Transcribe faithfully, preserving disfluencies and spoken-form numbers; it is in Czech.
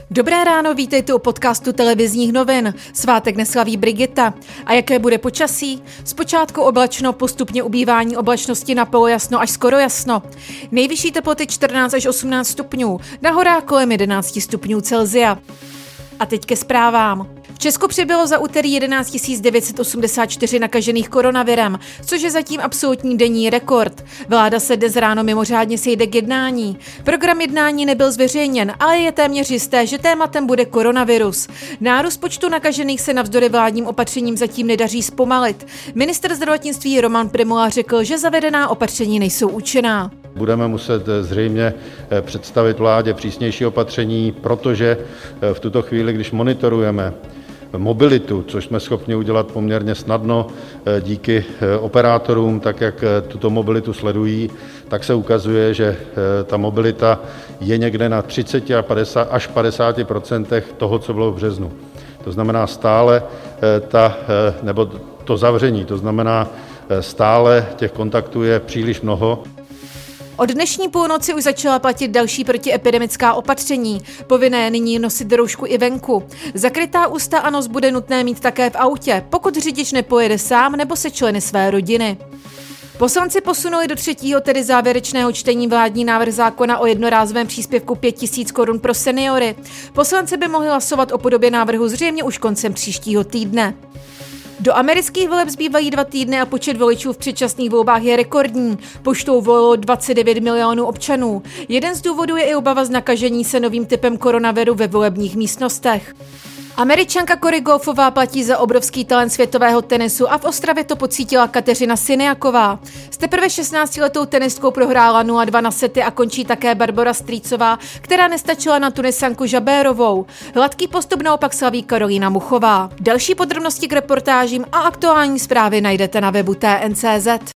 Dobré ráno, vítejte u podcastu televizních novin. Svátek neslaví Brigita. A jaké bude počasí? Zpočátku oblačno, postupně ubývání oblačnosti na polojasno až skoro jasno. Nejvyšší teploty čtrnáct až osmnáct stupňů, na horách kolem jedenáct stupňů Celsia. A teď ke zprávám. V Česku přibylo za úterý jedenáct tisíc devět set osmdesát čtyři nakažených koronavirem, což je zatím absolutní denní rekord. Vláda se dnes ráno mimořádně sejde k jednání. Program jednání nebyl zveřejněn, ale je téměř jisté, že tématem bude koronavirus. Nárůst počtu nakažených se navzdory vládním opatřením zatím nedaří zpomalit. Ministr zdravotnictví Roman Prymula řekl, že zavedená opatření nejsou účinná. Budeme muset zřejmě představit vládě přísnější opatření, protože v tuto chvíli, když monitorujeme mobilitu, což jsme schopni udělat poměrně snadno díky operátorům, tak jak tuto mobilitu sledují, tak se ukazuje, že ta mobilita je někde na třicet až padesát procent toho, co bylo v březnu. To znamená stále ta, nebo to zavření, to znamená stále těch kontaktů je příliš mnoho. Od dnešní půlnoci už začala platit další protiepidemická opatření. Povinné je nyní nosit roušku i venku. Zakrytá ústa a nos bude nutné mít také v autě, pokud řidič nepojede sám nebo se členy své rodiny. Poslanci posunuli do třetího, tedy závěrečného čtení vládní návrh zákona o jednorázovém příspěvku pět tisíc korun pro seniory. Poslanci by mohli hlasovat o podobě návrhu zřejmě už koncem příštího týdne. Do amerických voleb zbývají dva týdny a počet voličů v předčasných volbách je rekordní. Poštou volilo dvacet devět milionů občanů. Jeden z důvodů je i obava z nakažení se novým typem koronaviru ve volebních místnostech. Američanka Cory Gauffová platí za obrovský talent světového tenisu a v Ostravě to pocítila Kateřina Siniaková. S teprve šestnáctiletou tenistkou prohrála nula dva na sety a končí také Barbora Strýcová, která nestačila na Tunisanku Žabérovou. Hladký postup naopak slaví Karolína Muchová. Další podrobnosti k reportážím a aktuální zprávy najdete na webu T N C Z.